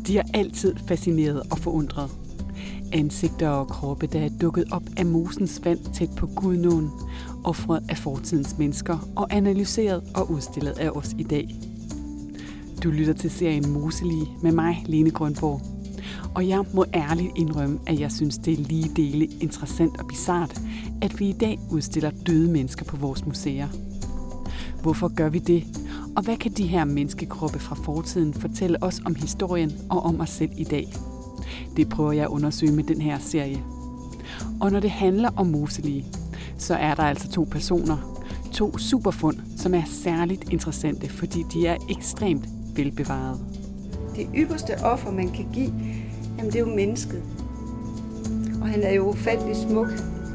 De har altid fascineret og forundret. Ansigter og kroppe, der er dukket op af mosens vand tæt på Gudnåen, ofret af fortidens mennesker og analyseret og udstillet af os i dag. Du lytter til serien Moselige med mig, Lene Grønborg. Og jeg må ærligt indrømme, at jeg synes, det er lige dele interessant og bizart, at vi i dag udstiller døde mennesker på vores museer. Hvorfor gør vi det? Og hvad kan de her menneskekroppe fra fortiden fortælle os om historien og om os selv i dag? Det prøver jeg at undersøge med den her serie. Og når det handler om moselige, så er der altså 2 personer, 2 superfund, som er særligt interessante, fordi de er ekstremt velbevaret. Det ypperste offer, man kan give, jamen det er jo mennesket. Og han er jo ufattelig smuk.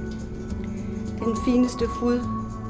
Den fineste hud.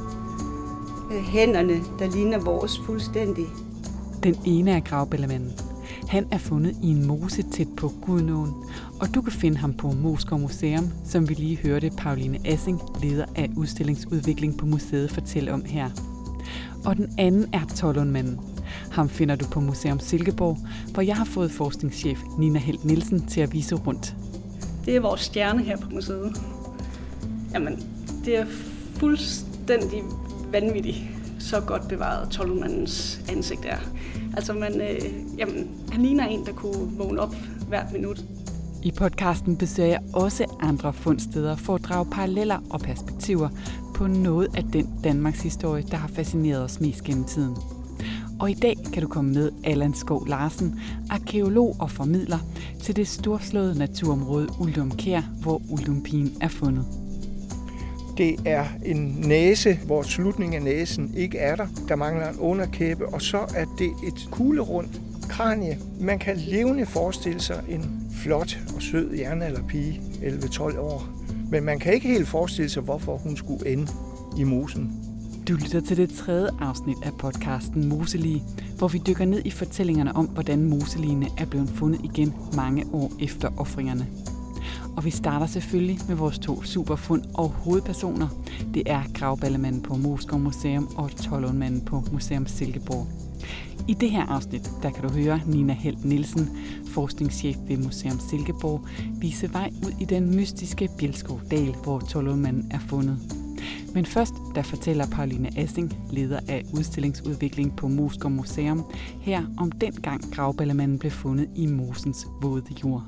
Hænderne, der ligner vores fuldstændig. Den ene er gravbællemanden. Han er fundet i en mose tæt på Gudnåen, og du kan finde ham på Moesgaard Museum, som vi lige hørte Pauline Assing, leder af udstillingsudvikling på museet, fortælle om her. Og den anden er Tollundmanden. Ham finder du på Museum Silkeborg, hvor jeg har fået forskningschef Nina Helt Nielsen til at vise rundt. Det er vores stjerne her på museet. Jamen, det er fuldstændig vanvittigt, så godt bevaret Tollundmandens ansigt er. Altså, han ligner en, der kunne vågne op hvert minut. I podcasten besøger jeg også andre fundsteder for at drage paralleller og perspektiver på noget af den Danmarks historie, der har fascineret os mest gennem tiden. Og i dag kan du komme med Allan Skov Larsen, arkæolog og formidler, til det storslåede naturområde Uldum Kær, hvor Uldumpigen er fundet. Det er en næse, hvor slutningen af næsen ikke er der. Der mangler en underkæbe, og så er det et kuglerundt kranie. Man kan levende forestille sig en flot og sød jernalderpige, 11-12 år. Men man kan ikke helt forestille sig, hvorfor hun skulle ende i mosen. Du lytter til det 3. afsnit af podcasten Moselige, hvor vi dykker ned i fortællingerne om, hvordan moseliene er blevet fundet igen mange år efter ofringerne. Og vi starter selvfølgelig med vores 2 superfund og hovedpersoner. Det er gravbællemanden på Moesgaard Museum og Tollundmanden på Museum Silkeborg. I det her afsnit, der kan du høre Nina Helt Nielsen, forskningschef ved Museum Silkeborg, vise vej ud i den mystiske Bjelskov-dal, hvor Tollundmanden er fundet. Men først, der fortæller Pauline Assing, leder af udstillingsudvikling på Moesgaard Museum, her om dengang gravbællemanden blev fundet i mosens våde jord.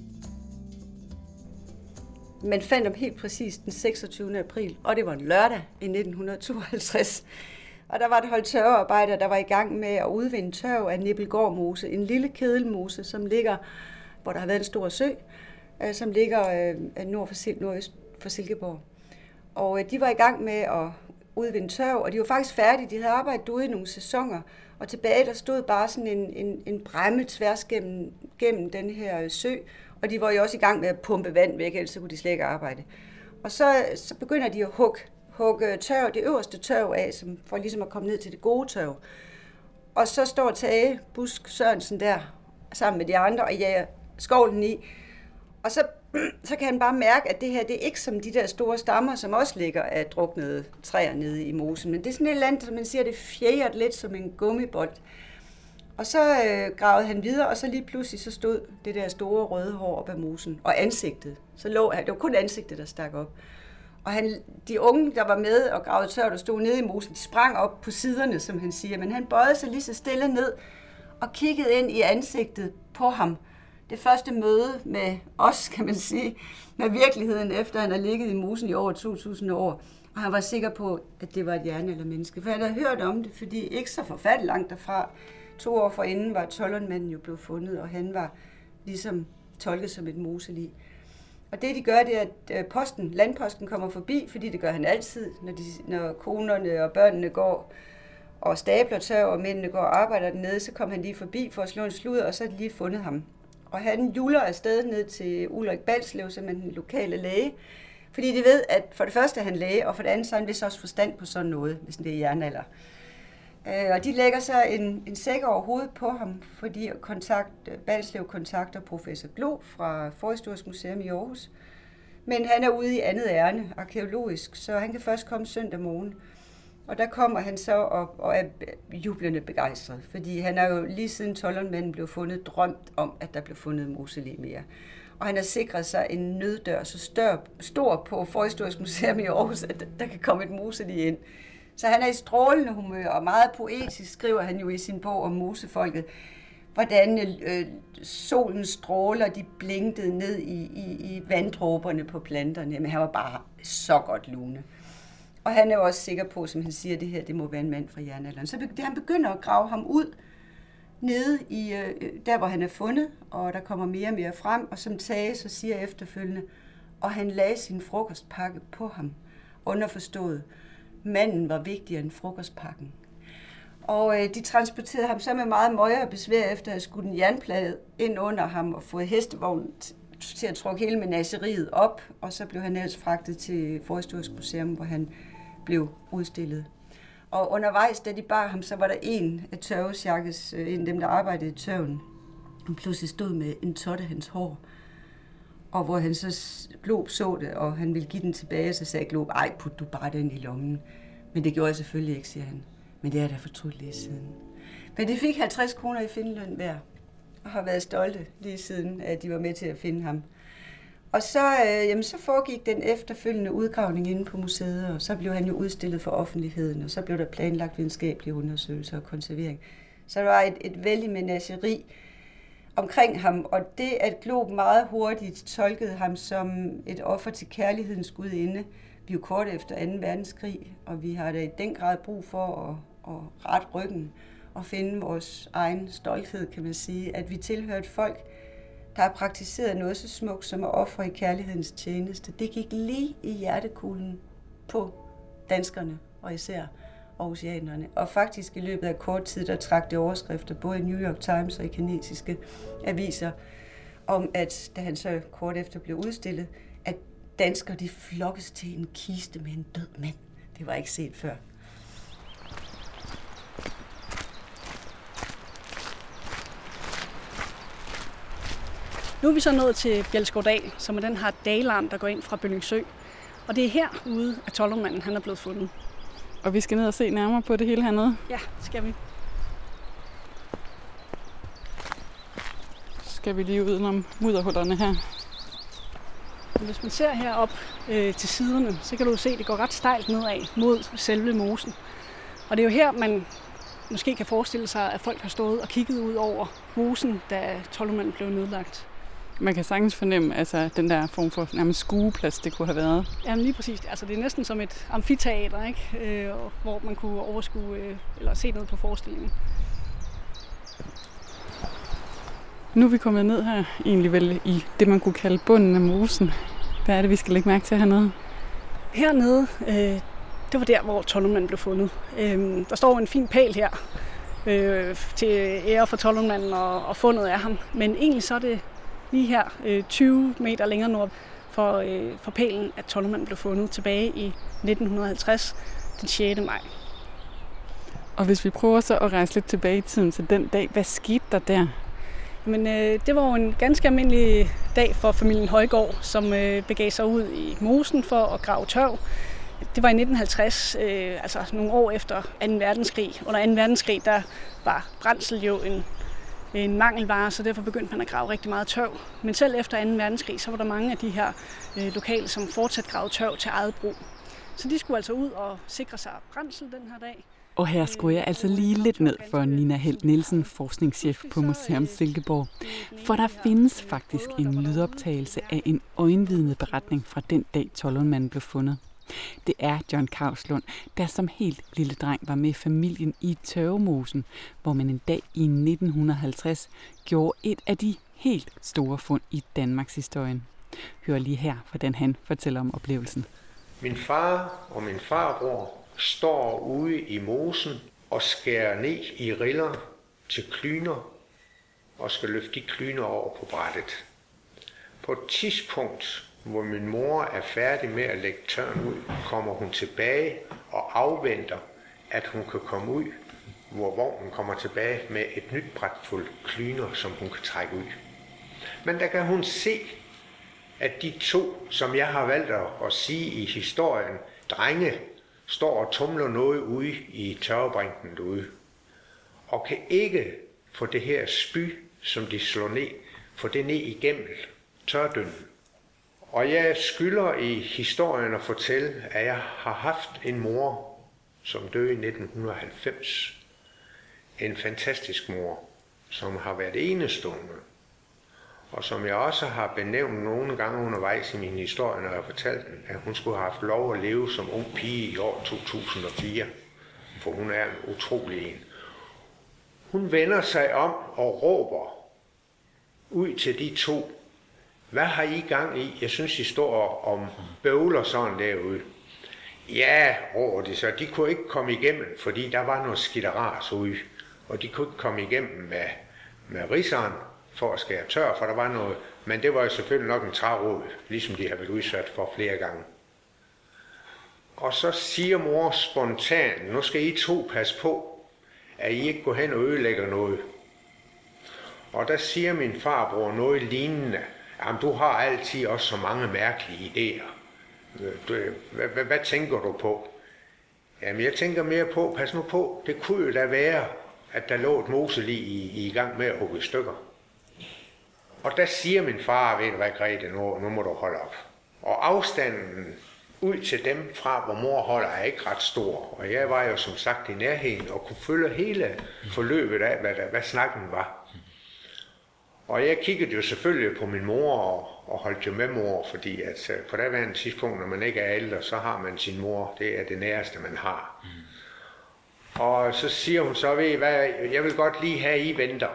Man fandt ham helt præcis den 26. april, og det var en lørdag i 1952. Og der var et hold tørvearbejdere, der var i gang med at udvinde tørv af Nibbelgård Mose, en lille kedelmose, som ligger, hvor der har været en stor sø, som ligger nordøst for Silkeborg. Og de var i gang med at udvinde tørv, og de var faktisk færdige. De havde arbejdet ude i nogle sæsoner, og tilbage der stod bare sådan en bræmme tværs gennem den her sø, og de var jo også i gang med at pumpe vand væk, ellers kunne de slet ikke arbejde. Og så begynder de at hugge tørv, det øverste tørv af, for ligesom at komme ned til det gode tørv. Og så står Tage Busk Sørensen der, sammen med de andre, og jager skovlen i. Og så kan han bare mærke, at det her, det er ikke som de der store stammer, som også ligger af druknede træer nede i mosen. Men det er sådan et eller andet, som man siger, det fjerde lidt som en gummibold. Og så gravede han videre, og så lige pludselig så stod det der store røde hår op ad mosen. Og ansigtet. Det var kun ansigtet, der stak op. Og de unge, der var med og gravede tørv, der stod nede i mosen, de sprang op på siderne, som han siger. Men han bøjede sig lige så stille ned og kiggede ind i ansigtet på ham. Det første møde med os, kan man sige, med virkeligheden, efter han har ligget i mosen i over 2000 år. Og han var sikker på, at det var et jernaldermenneske. For han havde hørt om det, fordi ikke så forfærdeligt langt derfra, 2 år forinden var Tollundmanden jo blevet fundet, og han var ligesom tolket som et moselig. Og det de gør, det er, at landposten kommer forbi, fordi det gør han altid, når konerne og børnene går og stabler tørv, og mændene går og arbejder dernede, så kommer han lige forbi for at slå en sludder, og så har de lige fundet ham. Og han juler afsted ned til Ulrik Balslev, som er den lokale læge, fordi de ved, at for det første er han læge, og for det andet så har han vist også forstand på sådan noget, hvis det er jernalder. Og de lægger så en sæk over hovedet på ham, fordi Balslev kontakter professor Glo fra Forhistorisk Museum i Aarhus. Men han er ude i andet ærne, arkæologisk, så han kan først komme søndag morgen. Og der kommer han så op og er jublende begejstret, fordi han er jo lige siden Tollundmanden blev fundet drømt om, at der blev fundet moselig mere. Og han har sikret sig en nøddør så stor på Forhistorisk Museum i Aarhus, at der kan komme et moselig ind. Så han er i strålende humør, og meget poetisk skriver han jo i sin bog om mosefolket, hvordan solens stråler, de blinkede ned i vanddråberne på planterne. Men han var bare så godt lune. Og han er jo også sikker på, som han siger, at det her det må være en mand fra jernalderen. Så han begynder at grave ham ud nede i der, hvor han er fundet, og der kommer mere og mere frem, og som Tage så siger efterfølgende, og han lagde sin frokostpakke på ham, underforstået. Manden var vigtigere end frokostpakken. Og de transporterede ham så med meget møje og besvær efter at have skudt en jernplade ind under ham og fået hestevognen til at trukke hele menageriet op, og så blev han ellers fragtet til Forhistorisk Museum, hvor han blev udstillet. Og undervejs, da de bar ham, så var der en af Tørvesjakkes, en af dem, der arbejdede i tørven, han pludselig stod med en tot af hans hår, og hvor han så Glob så det, og han ville give den tilbage, så sagde Glob, ej, put du bare den i lommen. Men det gjorde jeg selvfølgelig ikke, siger han. Men det er da fortrudt lige siden. Men de fik 50 kroner i findeløn hver, og har været stolte lige siden, at de var med til at finde ham. Og så foregik den efterfølgende udgravning inde på museet, og så blev han jo udstillet for offentligheden, og så blev der planlagt videnskabelige undersøgelser og konservering. Så der var et vældig menageri omkring ham, og det, at Glob meget hurtigt tolkede ham som et offer til kærlighedens gudinde, vi er jo kort efter 2. verdenskrig, og vi har da i den grad brug for at rette ryggen og finde vores egen stolthed, kan man sige, at vi tilhører et folk, der har praktiseret noget så smukt som at ofre i kærlighedens tjeneste. Det gik lige i hjertekuglen på danskerne, og især aarhusianerne. Og faktisk i løbet af kort tid, der trak det overskrifter, både i New York Times og i kinesiske aviser, om at, da han så kort efter blev udstillet, at danskere de flokkes til en kiste med en død mand. Det var ikke set før. Nu er vi så nået til Bjelsgårddal, som er den her dalarm, der går ind fra Bøllingsø. Og det er herude, at Tollundmanden han er blevet fundet. Og vi skal ned og se nærmere på det hele hernede. Ja, det skal vi. Så skal vi lige udenom mudderhullerne her. Hvis man ser herop til siderne, så kan du se, at det går ret stejlt nedad mod selve mosen. Og det er jo her, man måske kan forestille sig, at folk har stået og kigget ud over mosen, da Tollundmanden blev nedlagt. Man kan sagtens fornemme, altså den der form for nærmest skueplads, det kunne have været. Jamen lige præcis. Altså det er næsten som et amfiteater, ikke? Hvor man kunne overskue eller se ned på forestillingen. Nu er vi kommet ned her, egentlig vel i det, man kunne kalde bunden af mosen. Hvad er det, vi skal lægge mærke til hernede? Hernede, det var der, hvor Tollundmanden blev fundet. Der står en fin pæl her til ære for Tollundmanden og fundet af ham. Men egentlig så er det lige her 20 meter længere nord for pælen, at Tollundmanden blev fundet tilbage i 1950, den 6. maj. Og hvis vi prøver så at rejse lidt tilbage i tiden til den dag, hvad skete der der? Men det var jo en ganske almindelig dag for familien Højgaard, som begav sig ud i mosen for at grave tørv. Det var i 1950, altså nogle år efter 2. verdenskrig. Under 2. verdenskrig, der var brændsel jo en mangelvare, så derfor begyndte man at grave rigtig meget tørv. Men selv efter 2. verdenskrig, så var der mange af de her lokale, som fortsat gravede tørv til eget brug. Så de skulle altså ud og sikre sig brændsel den her dag. Og her skulle jeg altså lige lidt ned for Nina Helt Nielsen, forskningschef på Museum Silkeborg. For der findes faktisk en lydoptagelse af en øjenvidnet beretning fra den dag Tollundmanden blev fundet. Det er John Kauslund, der som helt lille dreng var med familien i Tørvemosen, hvor man en dag i 1950 gjorde et af de helt store fund i Danmarks historien. Hør lige her, hvordan han fortæller om oplevelsen. Min far og min farbror står ude i mosen og skærer ned i riller til klyner og skal løfte de klyner over på brættet. På et tidspunkt, hvor min mor er færdig med at lægge tørren ud, kommer hun tilbage og afventer, at hun kan komme ud, hvor vognen kommer tilbage med et nyt bræt fuld klyner, som hun kan trække ud. Men der kan hun se, at de to, som jeg har valgt at sige i historien, drenge, står og tumler noget ude i tørrebrinken derude, og kan ikke få det her spy, som de slår ned, få det ned igennem tørdønnen. Og jeg skylder i historien at fortælle, at jeg har haft en mor, som døde i 1990. En fantastisk mor, som har været enestående, og som jeg også har benævnt nogle gange undervejs i min historie, når jeg fortalte den, at hun skulle have haft lov at leve som ung pige i år 2004, for hun er en utrolig en. Hun vender sig om og råber ud til de to: hvad har I gang i? Jeg synes, I står om bøvler sådan derude. Ja, råber de så. De kunne ikke komme igennem, fordi der var noget skitteras ude. Og de kunne ikke komme igennem med ridseren for at skære tør, for der var noget. Men det var jo selvfølgelig nok en træråd, ligesom de har været udsat for flere gange. Og så siger mor spontant: nu skal I to passe på, at I ikke går hen og ødelægger noget. Og der siger min farbror noget lignende: jamen, du har altid også så mange mærkelige idéer. Hvad tænker du på? Jamen, jeg tænker mere på, pas nu på, det kunne jo da være, at der lå et moselig i gang med at hugge stykker. Og der siger min far: ved du hvad, Grete, nu må du holde op. Og afstanden ud til dem fra, hvor mor holder, er ikke ret stor. Og jeg var jo som sagt i nærheden og kunne følge hele forløbet af, hvad snakken var. Og jeg kiggede jo selvfølgelig på min mor og holdt jo med mor, fordi at på daværende tidspunkt, når man ikke er ældre, så har man sin mor. Det er det næreste, man har. Og så siger hun så: ved I hvad, jeg vil godt lige have, I venter.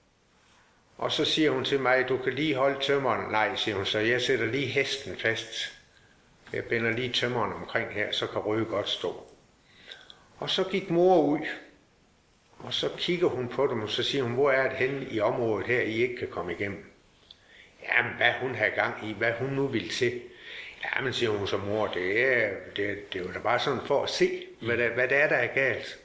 Og så siger hun til mig: du kan lige holde tømmeren. Nej, siger hun så, jeg sætter lige hesten fast. Jeg binder lige tømmeren omkring her, så kan Røde godt stå. Og så gik mor ud. Og så kigger hun på dem, og så siger hun: hvor er det henne i området her, I ikke kan komme igennem? Jamen, hvad hun har gang i, hvad hun nu vil til. Jamen, siger hun så: mor, det er jo da bare sådan for at se, hvad det er, der er galt.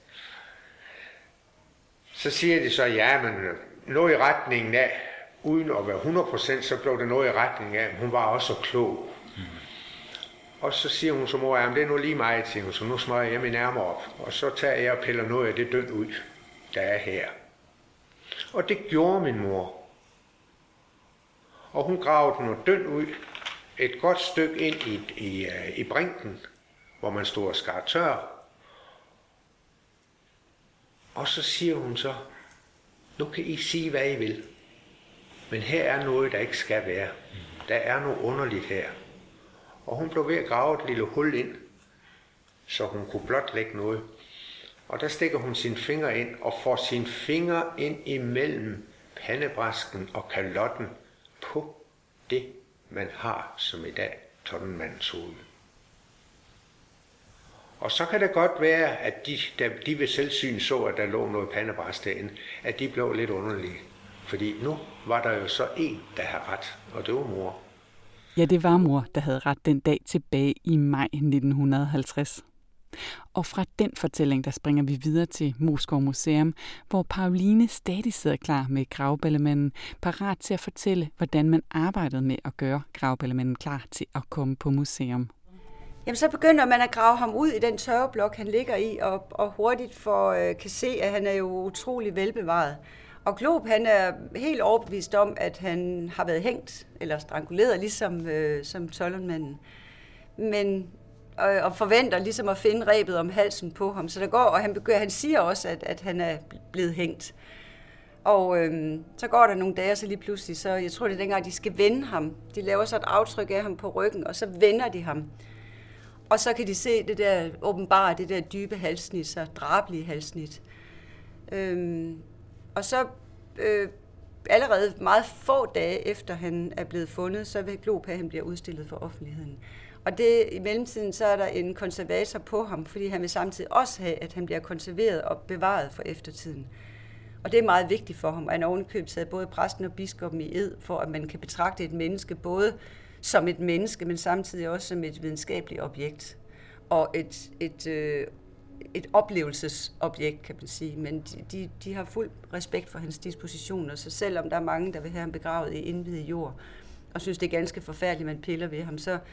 Så siger de så: ja, men noget i retningen af, uden at være 100%, så blev det noget i retningen af, hun var også klog. Og så siger hun så: mor, jamen, det er nu lige meget, siger hun, så nu smøger jeg min ærmer op. Og så tager jeg og piller noget af det død ud, der er her. Og det gjorde min mor. Og hun gravede noget død ud, et godt stykke ind i brinken, hvor man stod og skar tør. Og så siger hun så: nu kan I sige, hvad I vil. Men her er noget, der ikke skal være. Der er noget underligt her. Og hun blev ved at grave et lille hul ind, så hun kunne blot lægge noget. Og der stikker hun sin finger ind og får sin finger ind imellem pandebræsken og kalotten på det, man har som i dag tolvmandens hoved. Og så kan det godt være, at de ved selvsyn så, at der lå noget pandebræs derinde, at de blev lidt underlige. Fordi nu var der jo så en, der havde ret, og det var mor. Ja, det var mor, der havde ret den dag tilbage i maj 1950. Og fra den fortælling, der springer vi videre til Moesgaard Museum, hvor Pauline stadig sidder klar med gravballemanden, parat til at fortælle, hvordan man arbejdede med at gøre gravballemanden klar til at komme på museum. Jamen, så begynder man at grave ham ud i den tørreblok, han ligger i, og hurtigt kan se, at han er jo utrolig velbevaret. Og Glob, han er helt overbevist om, at han har været hængt eller stranguleret, ligesom som Tollundmanden. Men og forventer ligesom at finde rebet om halsen på ham. Så der går, og han siger også, at han er blevet hængt. Og så går der nogle dage, så lige pludselig, så jeg tror, det er dengang, de skal vende ham. De laver så et aftryk af ham på ryggen, og så vender de ham. Og så kan de se det der åbenbare, det der dybe halssnit, så drabelige halssnit. Og så allerede meget få dage efter han er blevet fundet, så vil Glob have, at han bliver udstillet for offentligheden. Og det i mellemtiden, så er der en konservator på ham, fordi han vil samtidig også have, at han bliver konserveret og bevaret for eftertiden. Og det er meget vigtigt for ham, at han ovenikøbet taget både præsten og biskoppen i ed, for at man kan betragte et menneske både som et menneske, men samtidig også som et videnskabeligt objekt. Og et oplevelsesobjekt, kan man sige. Men de har fuld respekt for hans dispositioner, så selvom der er mange, der vil have ham begravet i indviet jord, og synes, det er ganske forfærdeligt, man piller ved ham,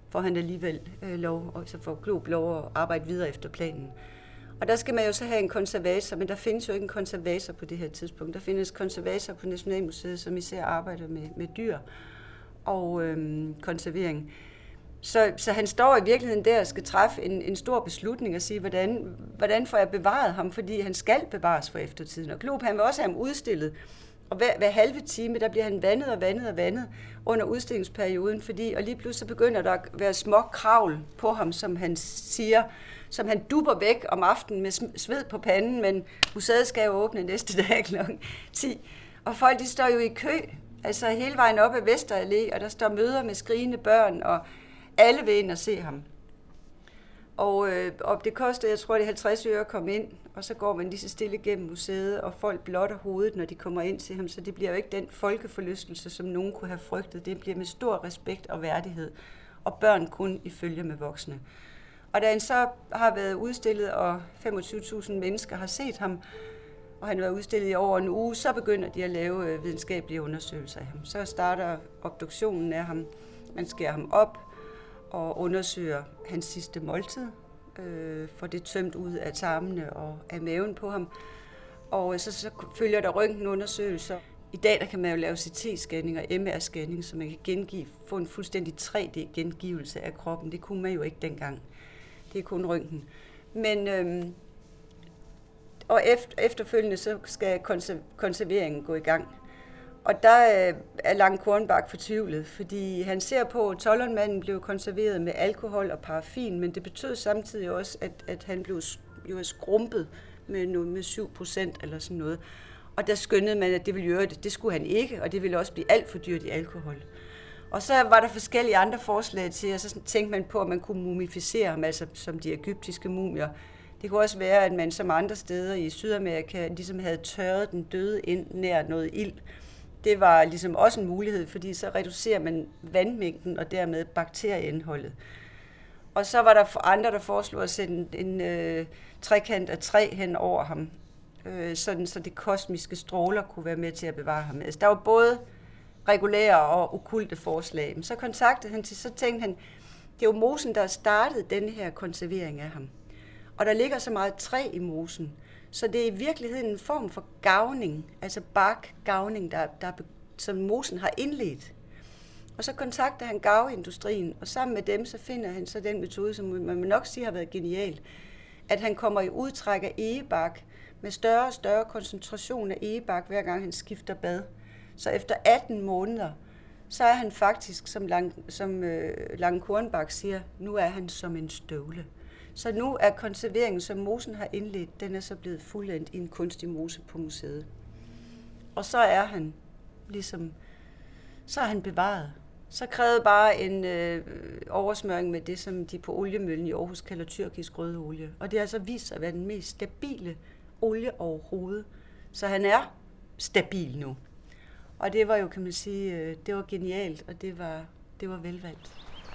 får han alligevel lov, og så får Glob lov at arbejde videre efter planen. Og der skal man jo så have en konservator, men der findes jo ikke en konservator på det her tidspunkt. Der findes konservator på Nationalmuseet, som især arbejder med dyr og konservering. Så han står i virkeligheden der og skal træffe en stor beslutning og sige, hvordan får jeg bevaret ham, fordi han skal bevares for eftertiden. Og Glob, han vil også have ham udstillet. Og hver halve time, der bliver han vandet under udstillingsperioden, og lige pludselig så begynder der at være små kravl på ham, som han siger, som han dupper væk om aftenen med sved på panden, men museet skal jo åbne næste dag kl. 10. Og folk, de står jo i kø, altså hele vejen op ad Vesterallé, og der står møder med skrigende børn, og alle vil ind og se ham. Og det koster, jeg tror, det er 50 øre at komme ind, og så går man lige så stille gennem museet, og folk blotter hovedet, når de kommer ind til ham, så det bliver jo ikke den folkeforlystelse, som nogen kunne have frygtet. Det bliver med stor respekt og værdighed, og børn kun i følge med voksne. Og da han så har været udstillet, og 25.000 mennesker har set ham, og han har været udstillet i over en uge, så begynder de at lave videnskabelige undersøgelser af ham. Så starter obduktionen af ham. Man skærer ham op og undersøger hans sidste måltid, får det tømt ud af tarmene og af maven på ham. Og så følger der røntgenundersøgelser. I dag der kan man jo lave CT-scanning og MR-scanning, så man kan få en fuldstændig 3D-gengivelse af kroppen. Det kunne man jo ikke dengang. Det er kun røntgen. Men og efterfølgende så skal konserveringen gå i gang. Og der er Lange-Kornbach fortvivlet, fordi han ser på, at toldernmanden blev konserveret med alkohol og paraffin, men det betød samtidig også, at han blev jo skrumpet med 7% eller sådan noget. Og der skønnede man, at det ville gøre det. Det skulle han ikke, og det ville også blive alt for dyrt i alkohol. Og så var der forskellige andre forslag til, og så tænkte man på, at man kunne mumificere ham, altså som de egyptiske mumier. Det kunne også være, at man som andre steder i Sydamerika ligesom havde tørret den døde ind nær noget ild. Det var ligesom også en mulighed, fordi så reducerer man vandmængden og dermed bakterieindholdet. Og så var der andre, der foreslog at sætte en trekant af træ hen over ham, sådan så de kosmiske stråler kunne være med til at bevare ham. Altså, der var både regulære og okkulte forslag. Men så kontaktede han så tænkte han, det er jo mosen, der startede denne her konservering af ham. Og der ligger så meget træ i mosen, så det er i virkeligheden en form for gavning, altså barkgavning, som mosen har indledt. Og så kontakter han garveindustrien, og sammen med dem så finder han så den metode, som man nok sige har været genial, at han kommer i udtræk af egebark med større og større koncentration af egebark, hver gang han skifter bad. Så efter 18 måneder, så er han faktisk, som Lange-Kornbach siger, nu er han som en støvle. Så nu er konserveringen, som mosen har indledt, den er så blevet fuldendt i en kunstig mose på museet. Og så er han så er han bevaret. Så krævede bare en oversmøring med det, som de på oliemøllen i Aarhus kalder tyrkisk rødolie. Og det har altså vist sig at være den mest stabile olie overhovedet. Så han er stabil nu. Og det var jo, kan man sige, det var genialt, og det var velvalgt.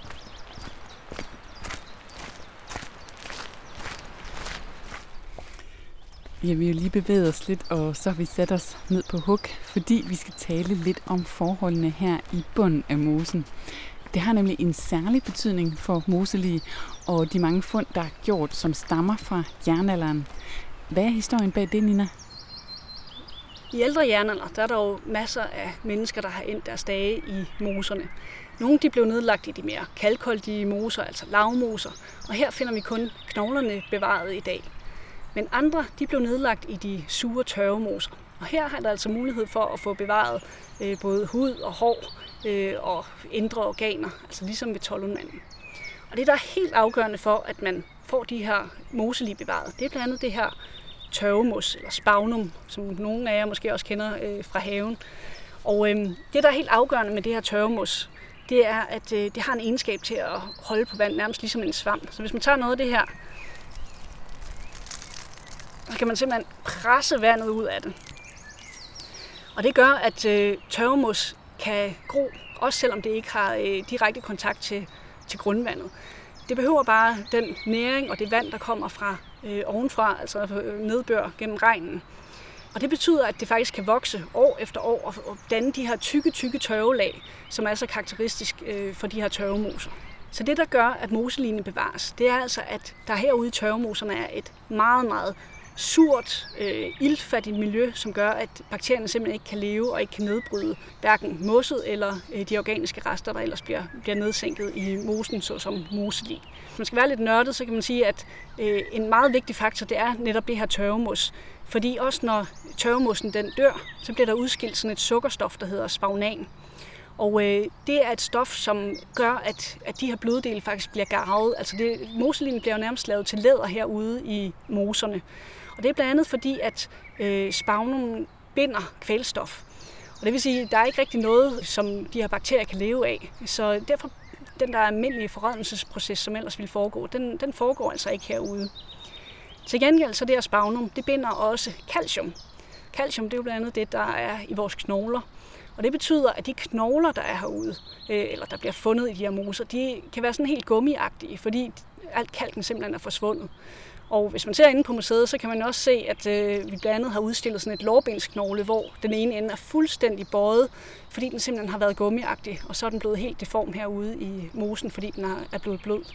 Ja, vi har jo lige bevæget os lidt, og så har vi sat os ned på hug, fordi vi skal tale lidt om forholdene her i bunden af mosen. Det har nemlig en særlig betydning for moselige og de mange fund, der er gjort, som stammer fra jernalderen. Hvad er historien bag det, Nina? I ældre jernalder, der er der jo masser af mennesker, der har endt deres dage i moserne. Nogle de blev nedlagt i de mere kalkholdige moser, altså lavmoser, og her finder vi kun knoglerne bevaret i dag. Men andre de blev nedlagt i de sure tørvemoser. Og her har der altså mulighed for at få bevaret både hud og hår og indre organer, altså ligesom ved Tollundmanden. Og det, der er helt afgørende for, at man får de her moselige bevaret, det er blandt andet det her tørvemos, eller spagnum, som nogle af jer måske også kender fra haven. Og det, der er helt afgørende med det her tørvemos, det er, at det har en egenskab til at holde på vand, nærmest ligesom en svamp. Så hvis man tager noget af det her, så kan man simpelthen presse vandet ud af det. Og det gør, at tørvemos kan gro, også selvom det ikke har direkte kontakt til grundvandet. Det behøver bare den næring og det vand, der kommer fra ovenfra, altså nedbør gennem regnen. Og det betyder, at det faktisk kan vokse år efter år og danne de her tykke tørvelag, som er så karakteristisk for de her tørvemoser. Så det, der gør, at moseligene bevares, det er altså, at der herude i tørvemoserne er et meget, meget surt, iltfattigt miljø, som gør, at bakterierne simpelthen ikke kan leve og ikke kan nedbryde hverken mosset eller de organiske rester, der ellers bliver nedsænket i mosen, såsom moselig. Hvis man skal være lidt nørdet, så kan man sige, at en meget vigtig faktor, det er netop det her tørvemos. Fordi også når tørvemosen den dør, så bliver der udskilt sådan et sukkerstof, der hedder sphaugnan. Og det er et stof, som gør, at de her bløddele faktisk bliver garvet. Altså moselinen bliver jo nærmest lavet til læder herude i moserne. Og det er blandt andet fordi, at sphagnum binder kvælstof. Og det vil sige, at der er ikke rigtig noget, som de her bakterier kan leve af. Så derfor, den der almindelige forrådnelsesproces, som ellers ville foregå, den foregår altså ikke herude. Til gengæld så det her sphagnum, det binder også calcium. Calcium, det er jo blandt andet det, der er i vores knogler. Og det betyder, at de knogler, der er herude, eller der bliver fundet i de her moser, de kan være sådan helt gummiagtige, fordi alt kalken simpelthen er forsvundet. Og hvis man ser inde på museet, så kan man også se, at vi blandt andet har udstillet sådan et lårbensknogle, hvor den ene ende er fuldstændig bøjet, fordi den simpelthen har været gummiagtig, og så er den blevet helt deform herude i mosen, fordi den er blevet blød.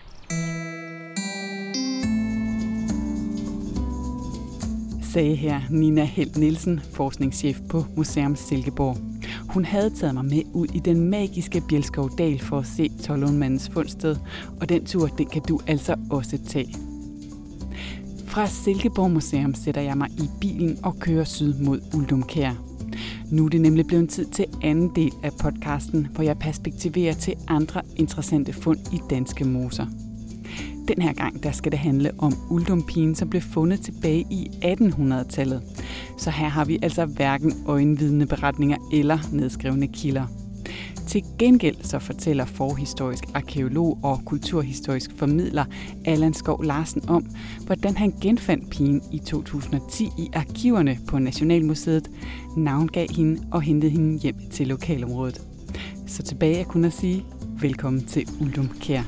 Sagde her Nina Helt Nielsen, forskningschef på Museum Silkeborg. Hun havde taget mig med ud i den magiske Bjelskovdal for at se Tollundmandens fundsted, og den tur, den kan du altså også tage. Fra Silkeborg Museum sætter jeg mig i bilen og kører syd mod Uldumkær. Nu er det nemlig blevet tid til anden del af podcasten, hvor jeg perspektiverer til andre interessante fund i danske moser. Den her gang der skal det handle om Uldumpigen, som blev fundet tilbage i 1800-tallet. Så her har vi altså hverken øjenvidne beretninger eller nedskrevne kilder. Til gengæld så fortæller forhistorisk arkæolog og kulturhistorisk formidler Allan Skov Larsen om, hvordan han genfandt pigen i 2010 i arkiverne på Nationalmuseet, navngav hende og hentede hende hjem til lokalområdet. Så tilbage er kun at sige velkommen til Uldumkær.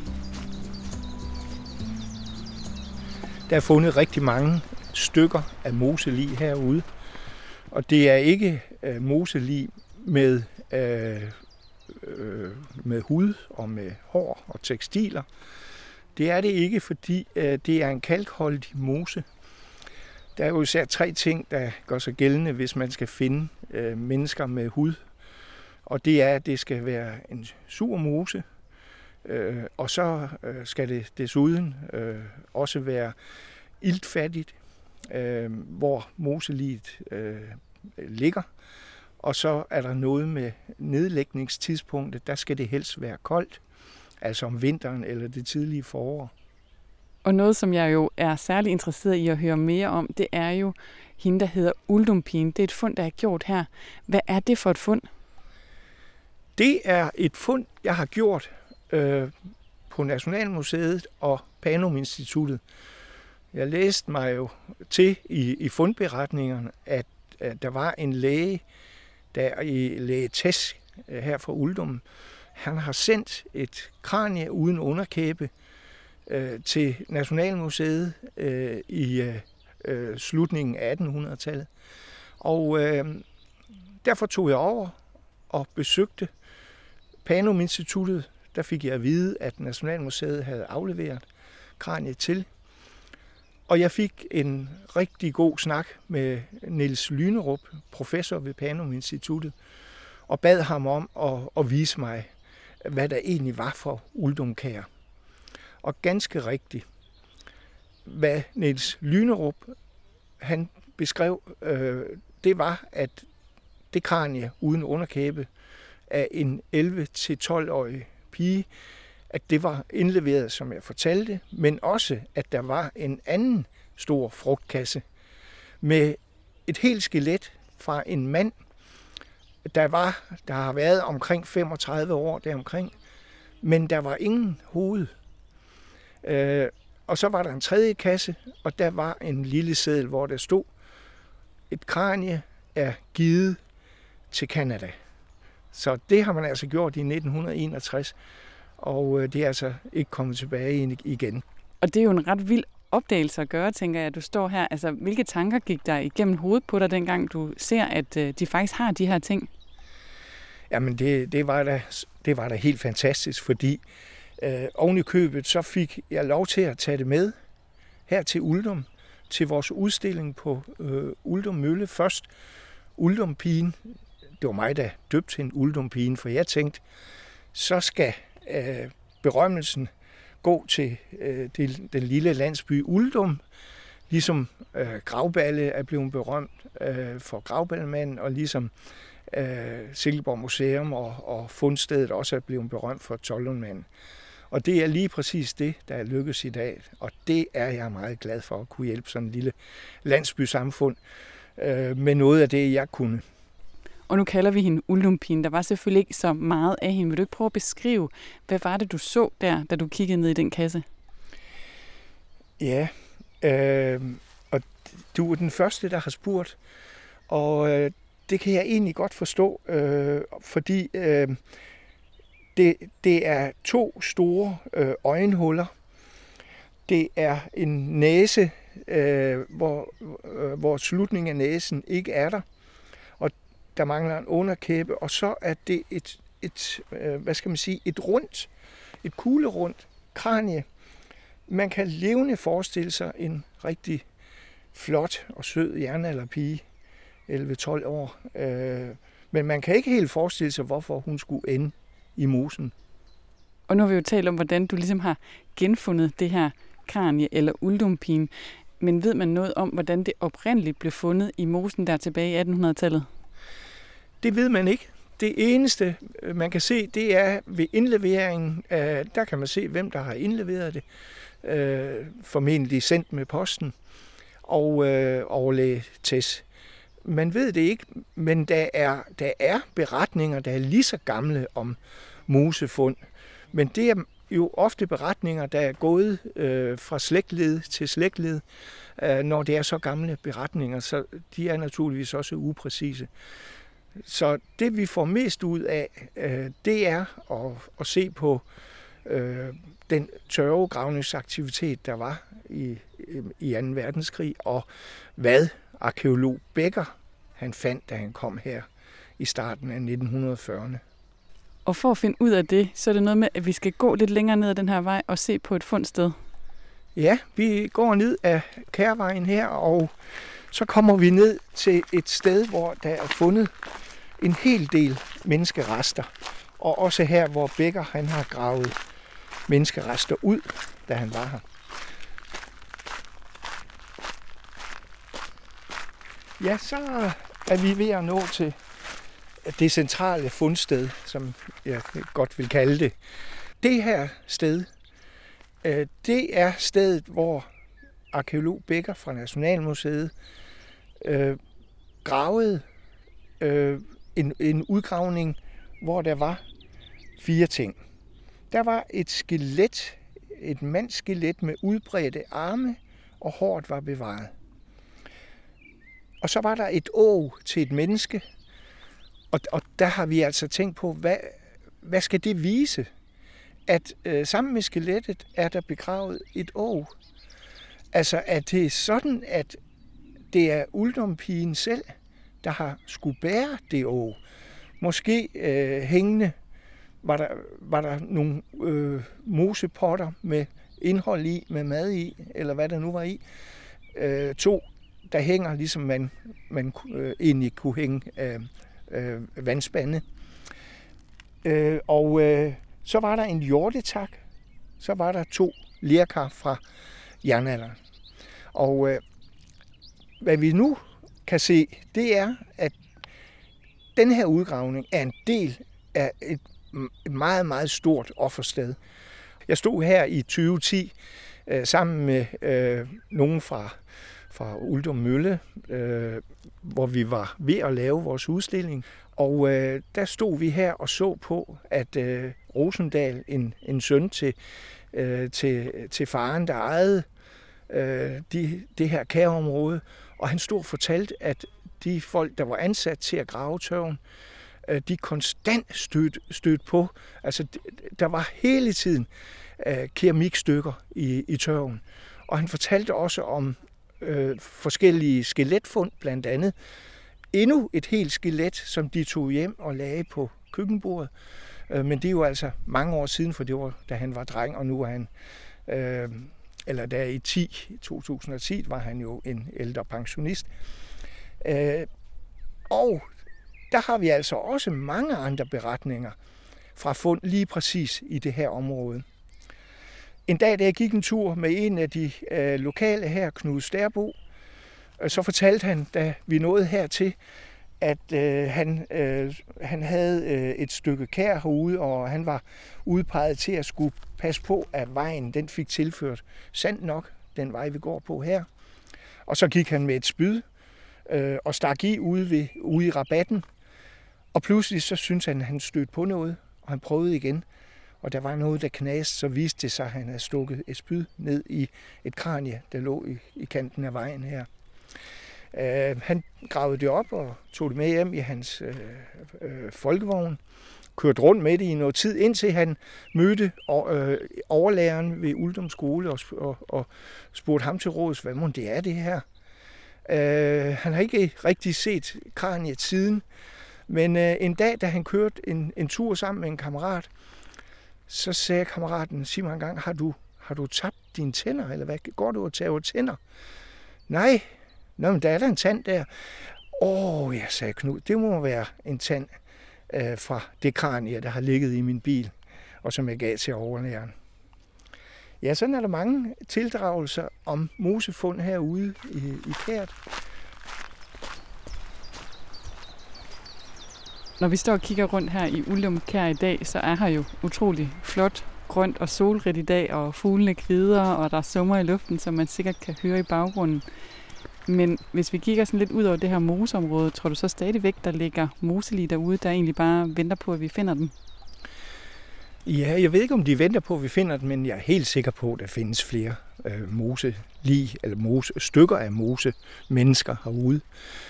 Der er fundet rigtig mange stykker af moselig herude, og det er ikke moselig med hud og med hår og tekstiler. Det er det ikke, fordi det er en kalkholdig mose. Der er jo især 3 ting, der gør sig gældende, hvis man skal finde mennesker med hud. Og det er, at det skal være en sur mose, og så skal det desuden også være iltfattigt, hvor moseliget ligger. Og så er der noget med nedlægningstidspunktet, der skal det helst være koldt, altså om vinteren eller det tidlige forår. Og noget, som jeg jo er særlig interesseret i at høre mere om, det er jo hende, der hedder Uldumpigen. Det er et fund, der er gjort her. Hvad er det for et fund? Det er et fund, jeg har gjort på Nationalmuseet og Panum Instituttet. Jeg læste mig jo til i fundberetningerne, at der var en læge, der i læge Tess her fra Uldum, han har sendt et kranie uden underkæbe til Nationalmuseet i slutningen af 1800-tallet. Og derfor tog jeg over og besøgte Panum Instituttet. Der fik jeg at vide, at Nationalmuseet havde afleveret kraniet til. Og jeg fik en rigtig god snak med Niels Lynerup, professor ved Panum Instituttet, og bad ham om at vise mig, hvad der egentlig var for Uldumkær. Og ganske rigtigt, hvad Niels Lynerup han beskrev, det var, at det kranie uden underkæbe af en 11-12-årig pige, at det var indleveret, som jeg fortalte, men også, at der var en anden stor frugtkasse med et helt skelet fra en mand, der har været omkring 35 år deromkring, men der var ingen hoved. Og så var der en tredje kasse, og der var en lille seddel, hvor der stod, et kranie er givet til Canada. Så det har man altså gjort i 1961, og det er altså ikke kommet tilbage igen. Og det er jo en ret vild opdagelse at gøre, tænker jeg, du står her. Altså, hvilke tanker gik der igennem hovedet på dig, dengang du ser, at de faktisk har de her ting? Jamen, det var da helt fantastisk, fordi Oven i købet, så fik jeg lov til at tage det med her til Uldum, til vores udstilling på Uldum Mølle. Først Uldumpigen. Det var mig, der døbte hende Uldumpigen, for jeg tænkte, så skal berømmelsen gå til den lille landsby Uldum, ligesom Grauballe er blevet berømt for Grauballemanden, og ligesom Silkeborg Museum og fundstedet også er blevet berømt for Tollundmanden. Og det er lige præcis det, der er lykkes i dag, og det er jeg meget glad for at kunne hjælpe sådan en lille landsbysamfund med noget af det, jeg kunne. Og nu kalder vi hende Uldumpigen. Der var selvfølgelig ikke så meget af hende. Vil du ikke prøve at beskrive, hvad var det, du så der, da du kiggede ned i den kasse? Ja, og du er den første, der har spurgt, og det kan jeg egentlig godt forstå, fordi det er 2 store øjenhuller. Det er en næse, hvor slutningen af næsen ikke er der, og der mangler en underkæbe, og så er det et kuglerundt kranie. Man kan levende forestille sig en rigtig flot og sød jernalderpige, 11-12 år, men man kan ikke helt forestille sig, hvorfor hun skulle ende i mosen. Og nu har vi jo talt om, hvordan du ligesom har genfundet det her kranie eller Uldumpigen, men ved man noget om, hvordan det oprindeligt blev fundet i mosen der tilbage i 1800-tallet? Det ved man ikke. Det eneste, man kan se, det er ved indleveringen. Der kan man se, hvem der har indleveret det. Formentlig sendt med posten og overlæge Tess. Man ved det ikke, men der er beretninger, der er lige så gamle om mosefund. Men det er jo ofte beretninger, der er gået fra slægtled til slægtled, når det er så gamle beretninger, så de er naturligvis også upræcise. Så det, vi får mest ud af, det er at se på den tørvegravningsaktivitet, der var i 2. verdenskrig, og hvad arkæolog Becker han fandt, da han kom her i starten af 1940'erne. Og for at finde ud af det, så er det noget med, at vi skal gå lidt længere ned ad den her vej og se på et fundsted. Ja, vi går ned ad Kærvejen her, og så kommer vi ned til et sted, hvor der er fundet en hel del menneskerester. Og også her, hvor Becker han har gravet menneskerester ud, da han var her. Ja, så er vi ved at nå til det centrale fundsted, som jeg godt vil kalde det. Det her sted, det er stedet, hvor arkæolog Becker fra Nationalmuseet gravede en udgravning, hvor der var 4 ting. Der var et skelet, et mandsskelet med udbredte arme, og håret var bevaret. Og så var der et åg til et menneske, og der har vi altså tænkt på, hvad skal det vise? At sammen med skelettet er der begravet et åg. Altså, at det er sådan, at det er Uldumpigen selv, der har skulle bære det åg. Måske hængende var der nogle mosepotter med indhold i, med mad i, eller hvad der nu var i. 2, der hænger, ligesom man egentlig kunne hænge vandspande. Så var der en hjortetak, så var der 2 lerkar fra jernalderen. Og hvad vi nu kan se, det er, at den her udgravning er en del af et meget, meget stort offersted. Jeg stod her i 2010 sammen med nogen fra Uldum Mølle, hvor vi var ved at lave vores udstilling. Og der stod vi her og så på, at Rosendal, en søn til faren, der ejede det her kærområde, og han stod og fortalte, at de folk, der var ansat til at grave tørven, de konstant stødte på. Altså, der var hele tiden keramikstykker i tørven. Og han fortalte også om forskellige skeletfund, blandt andet endnu et helt skelet, som de tog hjem og lagde på køkkenbordet, Men det er jo altså mange år siden, for det var, da han var dreng, og nu er han, eller da i 2010 var han jo en ældre pensionist. Og der har vi altså også mange andre beretninger fra fund lige præcis i det her område. En dag, da jeg gik en tur med en af de lokale her, Knud Stærbo, så fortalte han, da vi nåede hertil, at han havde et stykke kær herude, og han var udpeget til at skulle passe på, at vejen den fik tilført sandt nok, den vej vi går på her. Og så gik han med et spyd og stak i ude i rabatten, og pludselig så syntes han, at han stødte på noget, og han prøvede igen. Og der var noget, der knaste, så viste det sig, at han havde stukket et spyd ned i et kranie, der lå i kanten af vejen her. Han gravede det op og tog det med hjem i hans folkevogn, kørte rundt med det i noget tid, indtil han mødte overlæreren ved Uldum Skole og spurgte ham til råds, hvad må det er det her? Han har ikke rigtig set kraniet siden, men en dag, da han kørte en tur sammen med en kammerat, så sagde kammeraten, sig mig engang, har du tabt dine tænder, eller hvad? Går du og tager tænder? Nej, nå, men der er der en tand der. Ja, sagde Knud, det må være en tand fra det kranie, der har ligget i min bil, og som jeg gav til overlæreren. Ja, sådan er der mange tildragelser om mosefund herude i Kært. Når vi står og kigger rundt her i Uldum Kær i dag, så er her jo utrolig flot, grønt og solrigt i dag, og fuglene kvider, og der summer i luften, som man sikkert kan høre i baggrunden. Men hvis vi kigger sådan lidt ud over det her moseområde, tror du så stadigvæk, der ligger moselig derude, der egentlig bare venter på, at vi finder dem? Ja, jeg ved ikke, om de venter på, at vi finder dem, men jeg er helt sikker på, at der findes flere moselig eller stykker af mennesker herude.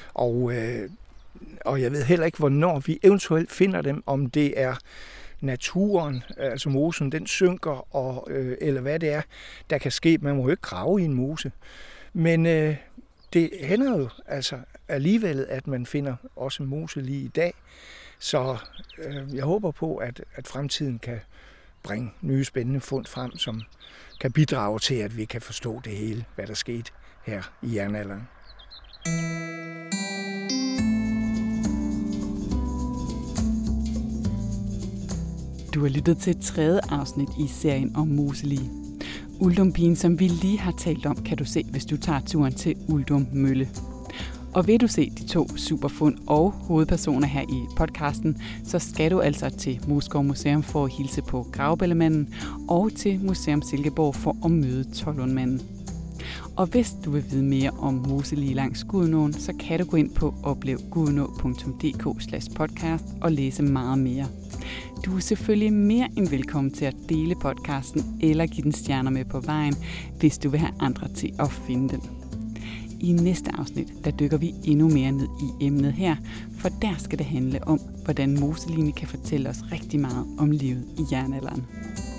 Og jeg ved heller ikke, hvornår vi eventuelt finder dem, om det er naturen, altså mosen, den synker, eller hvad det er, der kan ske. Man må jo ikke grave i en mose. Men det hænder jo altså alligevel, at man finder også mose lige i dag. Så jeg håber på, at fremtiden kan bringe nye spændende fund frem, som kan bidrage til, at vi kan forstå det hele, hvad der skete her i jernalderen. Du har lyttet til et 3. afsnit i serien om moselige. Uldumpien, som vi lige har talt om, kan du se, hvis du tager turen til Uldum Mølle. Og vil du se de 2 superfund og hovedpersoner her i podcasten, så skal du altså til Moesgaard Museum for at hilse på Gravbællemanden og til Museum Silkeborg for at møde Tollundmanden. Og hvis du vil vide mere om moselige langs Gudenåen, så kan du gå ind på oplevgudenå.dk/podcast og læse meget mere. Du er selvfølgelig mere end velkommen til at dele podcasten eller give den stjerner med på vejen, hvis du vil have andre til at finde den. I næste afsnit, der dykker vi endnu mere ned i emnet her, for der skal det handle om, hvordan moseligene kan fortælle os rigtig meget om livet i jernalderen.